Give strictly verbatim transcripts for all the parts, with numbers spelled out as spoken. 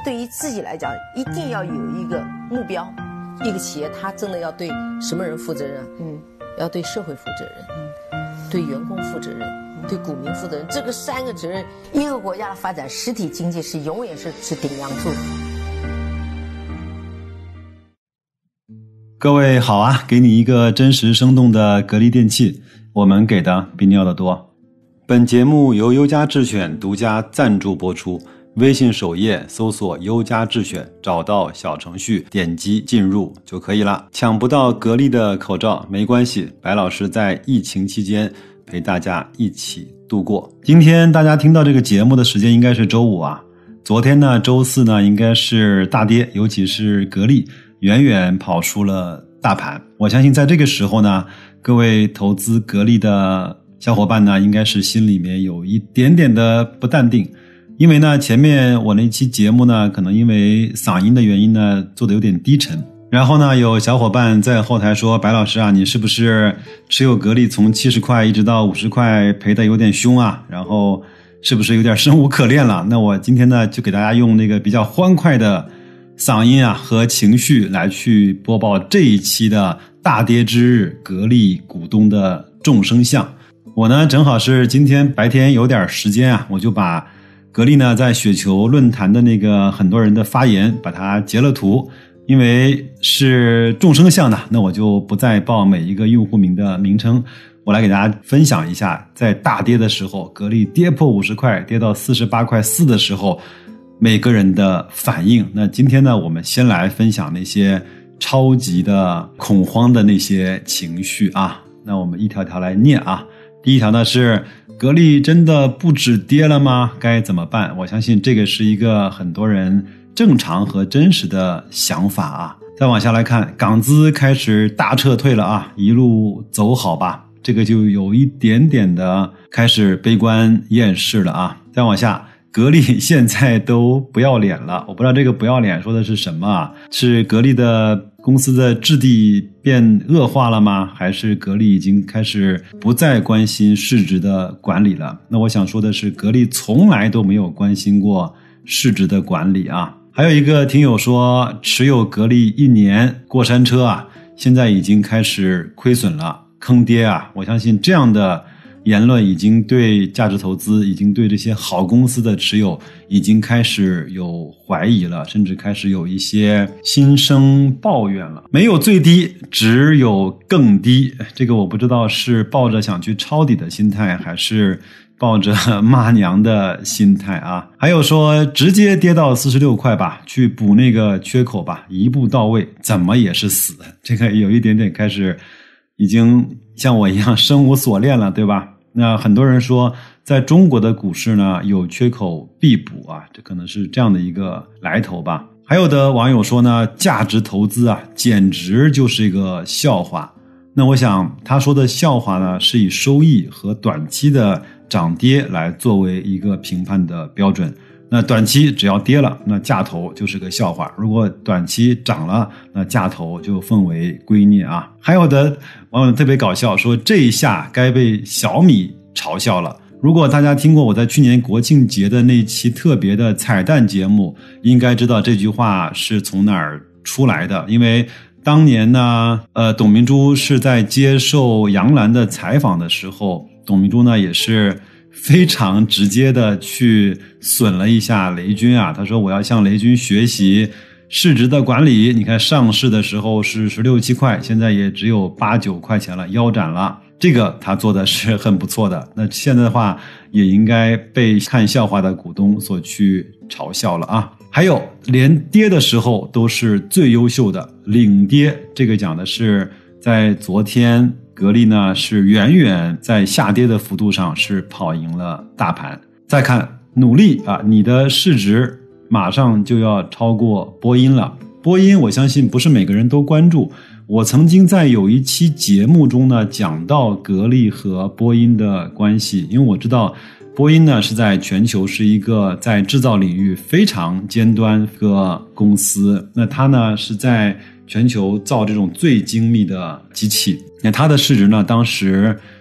对于自己来讲，一定要有一个目标。一个企业，它真的要对什么人负责任？嗯，要对社会负责任，嗯，对员工负责任，对股民负责任。这个三个责任，一个国家的发展，实体经济是永远是是顶梁柱。 各位好啊，给你一个真实生动的格力电器，我们给的比你要的多。本节目由优家智选独家赞助播出，微信首页搜索优家智选，找到小程序，点击进入就可以了。抢不到格力的口罩没关系，白老师在疫情期间陪大家一起度过。今天大家听到这个节目的时间应该是周五啊，昨天呢周四呢应该是大跌，尤其是格力远远跑输了大盘。我相信在这个时候呢，各位投资格力的小伙伴呢，应该是心里面有一点点的不淡定。因为呢，前面我那期节目呢，可能因为嗓音的原因呢，做的有点低沉。然后呢，有小伙伴在后台说，白老师啊，你是不是持有格力从七十块一直到五十块赔的有点凶啊？然后是不是有点生无可恋了？那我今天呢，就给大家用那个比较欢快的嗓音啊和情绪来去播报这一期的大跌之日格力股东的众生相。我呢正好是今天白天有点时间啊，我就把格力呢在雪球论坛的那个很多人的发言把它截了图，因为是众生相的，那我就不再报每一个用户名的名称，我来给大家分享一下在大跌的时候，格力跌破五十块跌到四十八块四的时候每个人的反应。那今天呢，我们先来分享那些超级的恐慌的那些情绪啊。那我们一条条来念啊。第一条呢是，格力真的不止跌了吗？该怎么办？我相信这个是一个很多人正常和真实的想法啊。再往下来看，港资开始大撤退了啊，一路走好吧。这个就有一点点的开始悲观厌世了啊。再往下，格力现在都不要脸了，我不知道这个不要脸说的是什么啊？是格力的公司的质地变恶化了吗？还是格力已经开始不再关心市值的管理了？那我想说的是，格力从来都没有关心过市值的管理啊。还有一个听友说，持有格力一年过山车啊，现在已经开始亏损了，坑爹啊。我相信这样的言论已经对价值投资，已经对这些好公司的持有已经开始有怀疑了，甚至开始有一些心生抱怨了。没有最低，只有更低。这个我不知道是抱着想去抄底的心态，还是抱着骂娘的心态啊。还有说直接跌到四十六块吧，去补那个缺口吧，一步到位，怎么也是死。这个有一点点开始已经像我一样生无所恋了，对吧？那很多人说在中国的股市呢有缺口必补啊，这可能是这样的一个来头吧。还有的网友说呢，价值投资啊简直就是一个笑话。那我想他说的笑话呢，是以收益和短期的涨跌来作为一个评判的标准。那短期只要跌了，那价投就是个笑话；如果短期涨了，那价投就奉为圭臬啊。还有的网友特别搞笑，说这一下该被小米嘲笑了。如果大家听过我在去年国庆节的那期特别的彩蛋节目，应该知道这句话是从哪儿出来的。因为当年呢，呃，董明珠是在接受杨澜的采访的时候，董明珠呢也是非常直接的去损了一下雷军啊，他说我要向雷军学习市值的管理，你看上市的时候是十六七块，现在也只有八九块钱了，腰斩了，这个他做的是很不错的。那现在的话也应该被看笑话的股东所去嘲笑了啊。还有连跌的时候都是最优秀的领跌，这个讲的是在昨天格力呢是远远在下跌的幅度上是跑赢了大盘。再看努力啊，你的市值马上就要超过波音了。波音我相信不是每个人都关注，我曾经在有一期节目中呢讲到格力和波音的关系，因为我知道波音呢是在全球是一个在制造领域非常尖端的公司，那它呢是在全球造这种最精密的机器，那它的市值呢当时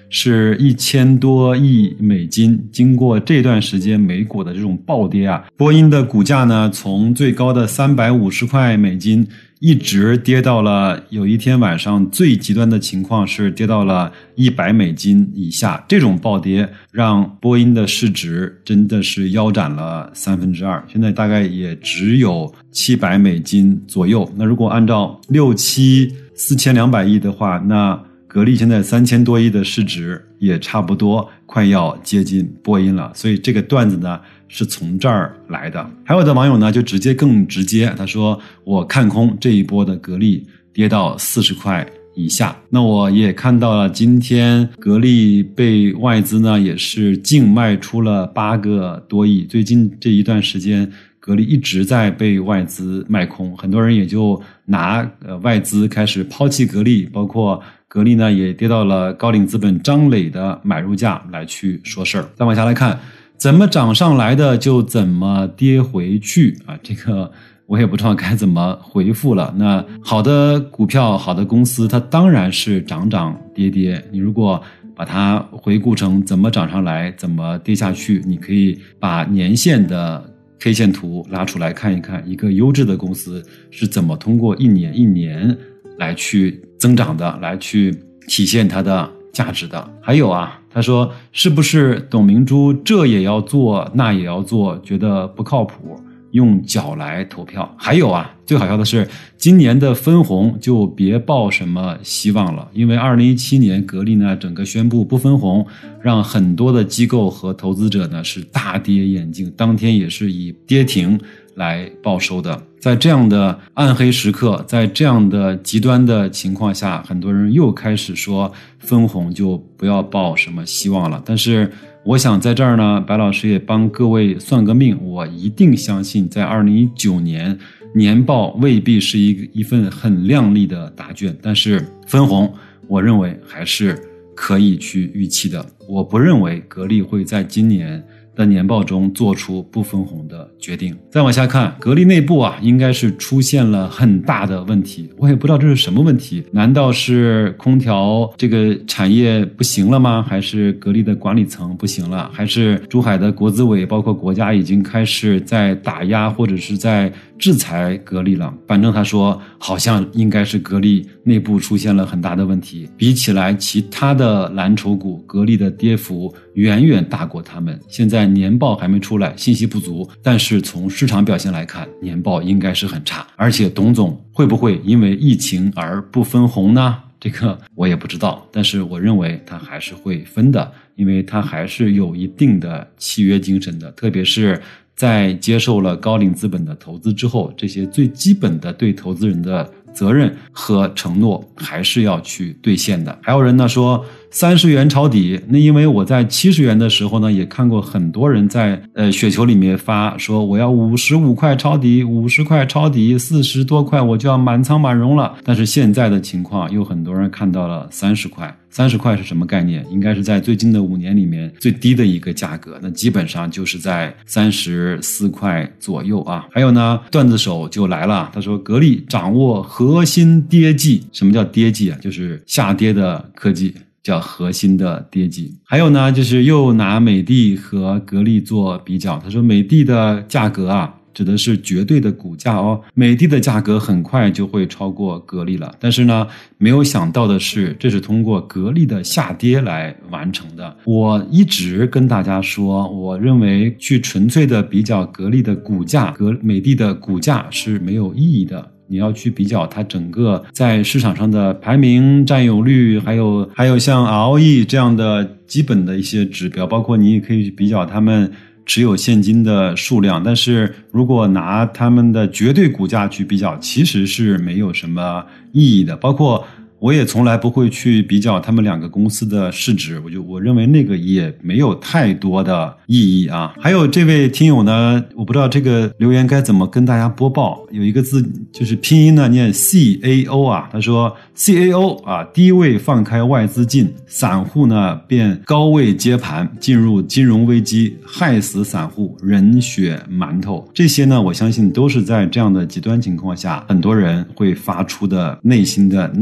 是一千多亿美金。经过这段时间美股的这种暴跌啊，波音的股价呢从最高的三百五十块美金一直跌到了有一天晚上最极端的情况是跌到了一百美金以下。这种暴跌让波音的市值真的是腰斩了三分之二，现在大概也只有七百美金左右。那如果按照六七四千两百亿的话，那格力现在三千多亿的市值也差不多快要接近波音了，所以这个段子呢是从这儿来的。还有的网友呢就直接更直接，他说我看空这一波的格力跌到四十块以下。那我也看到了今天格力被外资呢也是净卖出了八个多亿，最近这一段时间格力一直在被外资卖空，很多人也就拿呃外资开始抛弃格力，包括格力呢也跌到了高瓴资本张磊的买入价来去说事儿。再往下来看，怎么涨上来的就怎么跌回去啊，这个我也不知道该怎么回复了。那好的股票好的公司它当然是涨涨跌跌，你如果把它回顾成怎么涨上来怎么跌下去，你可以把年线的K 线图拉出来看一看，一个优质的公司是怎么通过一年一年来去增长的，来去体现它的价值的。还有啊，他说是不是董明珠这也要做那也要做，觉得不靠谱，用脚来投票。还有啊，最好笑的是今年的分红就别抱什么希望了，因为二零一七年格力呢整个宣布不分红，让很多的机构和投资者呢是大跌眼镜，当天也是以跌停来报收的。在这样的暗黑时刻，在这样的极端的情况下，很多人又开始说分红就不要抱什么希望了。但是我想在这儿呢，白老师也帮各位算个命，我一定相信在二零一九年年报未必是一个一份很亮丽的答卷，但是分红我认为还是可以去预期的。我不认为格力会在今年的年报中做出不分红的决定。再往下看，格力内部啊应该是出现了很大的问题，我也不知道这是什么问题，难道是空调这个产业不行了吗？还是格力的管理层不行了？还是珠海的国资委包括国家已经开始在打压或者是在制裁格力了？反正他说好像应该是格力内部出现了很大的问题，比起来其他的蓝筹股，格力的跌幅远远大过他们。现在年报还没出来，信息不足，但是从市场表现来看，年报应该是很差。而且董总会不会因为疫情而不分红呢？这个我也不知道，但是我认为他还是会分的，因为他还是有一定的契约精神的，特别是在接受了高瓴资本的投资之后，这些最基本的对投资人的责任和承诺还是要去兑现的。还有人呢说三十元抄底，那因为我在七十元的时候呢，也看过很多人在呃雪球里面发说我要五十五块抄底，五十块抄底，四十多块我就要满仓满容了。但是现在的情况，有很多人看到了三十块。三十块是什么概念？应该是在最近的五年里面最低的一个价格，那基本上就是在三十四块左右啊。还有呢，段子手就来了，他说格力掌握核心跌技。什么叫跌技啊？就是下跌的科技，叫核心的跌技。还有呢，就是又拿美的和格力做比较，他说美的的价格啊，指的是绝对的股价哦，美的的价格很快就会超过格力了。但是呢，没有想到的是，这是通过格力的下跌来完成的。我一直跟大家说，我认为去纯粹的比较格力的股价，格美的的股价是没有意义的。你要去比较它整个在市场上的排名、占有率，还有还有像 R O E 这样的基本的一些指标，包括你也可以去比较他们持有现金的数量。但是如果拿他们的绝对股价去比较，其实是没有什么意义的。包括我也从来不会去比较他们两个公司的市值，我就我认为那个也没有太多的意义啊。还有这位听友呢，我不知道这个留言该怎么跟大家播报，有一个字就是拼音呢念 C A O 啊，他说 C A O 啊，低位放开外资进，散户呢便高位接盘，进入金融危机，害死散户，人血馒头。这些呢，我相信都是在这样的极端情况下，很多人会发出的内心的呐喊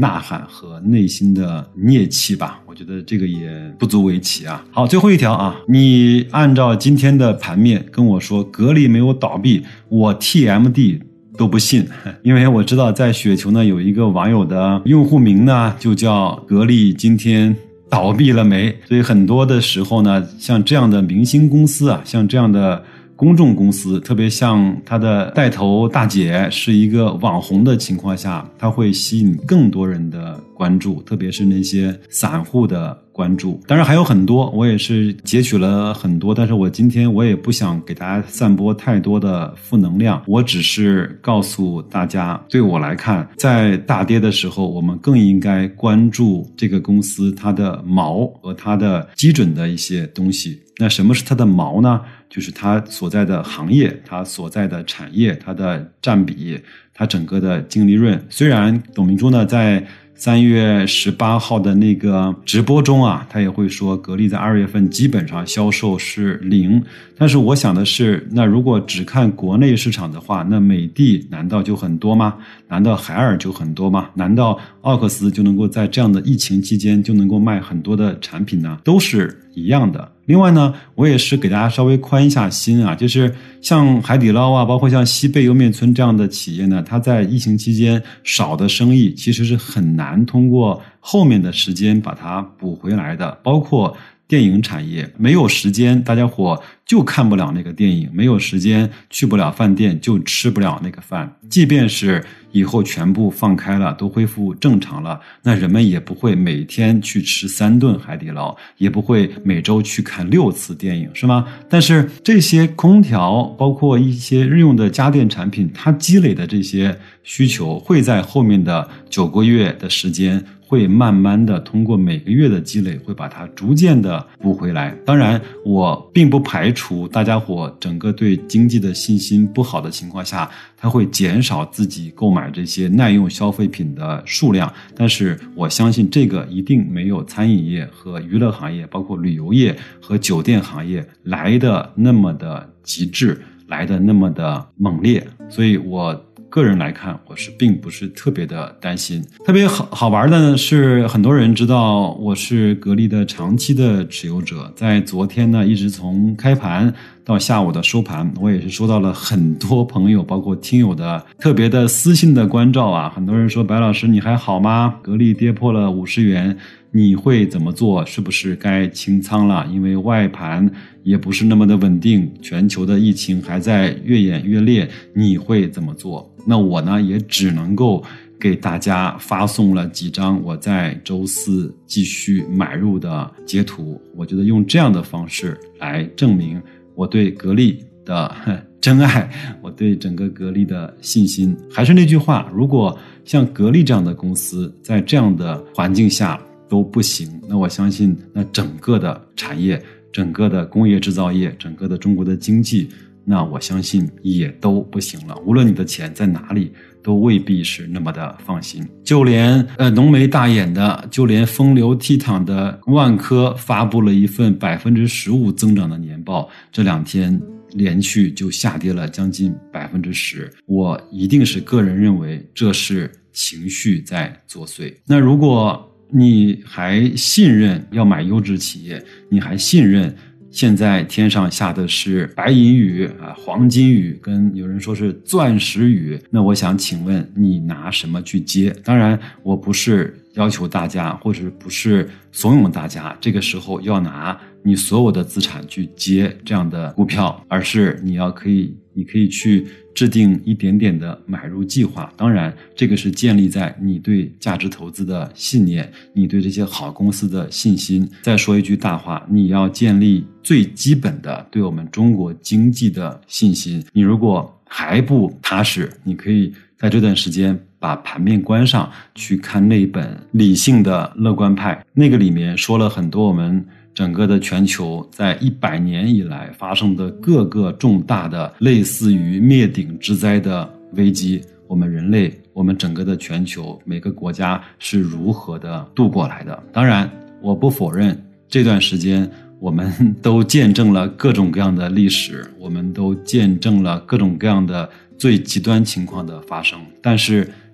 和内心的孽气吧，我觉得这个也不足为奇啊。好，最后一条啊，你按照今天的盘面跟我说格力没有倒闭，我 T M D 都不信，因为我知道在雪球呢有一个网友的用户名呢就叫格力今天倒闭了没，所以很多的时候呢，像这样的明星公司啊，像这样的公众公司，特别像他的带头大姐是一个网红的情况下，他会吸引更多人的关注，特别是那些散户的关注。当然还有很多，我也是截取了很多，但是我今天我也不想给大家散播太多的负能量，我只是告诉大家，对我来看，在大跌的时候，我们更应该关注这个公司它的毛和它的基准的一些东西。那什么是它的毛呢？就是它所在的行业，它所在的产业，它的占比，它整个的净利润。虽然董明珠呢在三月十八号的那个直播中啊，他也会说格力在二月份基本上销售是零，但是我想的是，那如果只看国内市场的话，那美的难道就很多吗？难道海尔就很多吗？难道奥克斯就能够在这样的疫情期间就能够卖很多的产品呢？都是一样的。另外呢，我也是给大家稍微宽一下心啊，就是像海底捞啊，包括像西贝莜面村这样的企业呢，它在疫情期间少的生意其实是很难通过后面的时间把它补回来的。包括电影产业，没有时间大家伙就看不了那个电影，没有时间去不了饭店就吃不了那个饭，即便是以后全部放开了，都恢复正常了，那人们也不会每天去吃三顿海底捞，也不会每周去看六次电影，是吗？但是这些空调，包括一些日用的家电产品，它积累的这些需求会在后面的九个月的时间会慢慢的通过每个月的积累会把它逐渐的补回来。当然我并不排除大家伙整个对经济的信心不好的情况下，它会减少自己购买这些耐用消费品的数量，但是我相信这个一定没有餐饮业和娱乐行业，包括旅游业和酒店行业来的那么的极致，来的那么的猛烈。所以我个人来看，我是并不是特别的担心。特别好好玩的呢是，很多人知道我是格力的长期的持有者，在昨天呢，一直从开盘到下午的收盘，我也是收到了很多朋友包括听友的特别的私信的关照啊。很多人说，白老师你还好吗？格力跌破了五十元，你会怎么做？是不是该清仓了？因为外盘也不是那么的稳定，全球的疫情还在越演越烈，你会怎么做？那我呢也只能够给大家发送了几张我在周四继续买入的截图，我觉得用这样的方式来证明我对格力的真爱，我对整个格力的信心。还是那句话，如果像格力这样的公司在这样的环境下都不行，那我相信那整个的产业，整个的工业制造业，整个的中国的经济，那我相信也都不行了。无论你的钱在哪里，都未必是那么的放心。就连呃浓眉大眼的，就连风流倜傥的万科发布了一份百分之十五增长的年报，这两天连续就下跌了将近百分之十。我一定是个人认为这是情绪在作祟。那如果你还信任要买优质企业，你还信任现在天上下的是白银雨啊、黄金雨，跟有人说是钻石雨，那我想请问你拿什么去接？当然我不是要求大家，或者不是怂恿大家这个时候要拿你所有的资产去接这样的股票，而是你要可以你可以去制定一点点的买入计划。当然这个是建立在你对价值投资的信念，你对这些好公司的信心。再说一句大话，你要建立最基本的对我们中国经济的信心。你如果还不踏实，你可以在这段时间把盘面关上，去看那本理性的乐观派，那个里面说了很多我们整个的全球在一百年以来发生的各个重大的类似于灭顶之灾的危机，我们人类，我们整个的全球每个国家是如何的度过来的。当然我不否认这段时间我们都见证了各种各样的历史，我们都见证了各种各样的最极端情况的发生，但是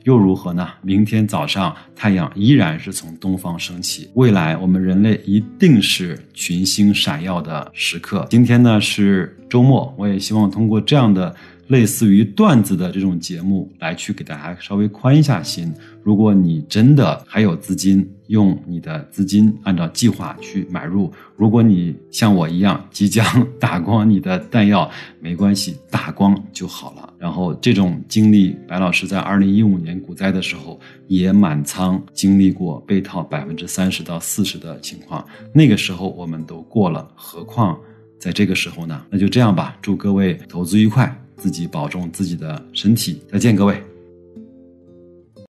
又如何呢？明天早上太阳依然是从东方升起，未来我们人类一定是群星闪耀的时刻。今天呢是周末，我也希望通过这样的类似于段子的这种节目来去给大家稍微宽一下心。如果你真的还有资金，用你的资金按照计划去买入，如果你像我一样即将打光你的弹药，没关系，打光就好了。然后这种经历，白老师在二零一五年股灾的时候也满仓经历过被套 百分之三十到四十 的情况，那个时候我们都过了，何况在这个时候呢？那就这样吧，祝各位投资愉快，自己保重自己的身体，再见各位。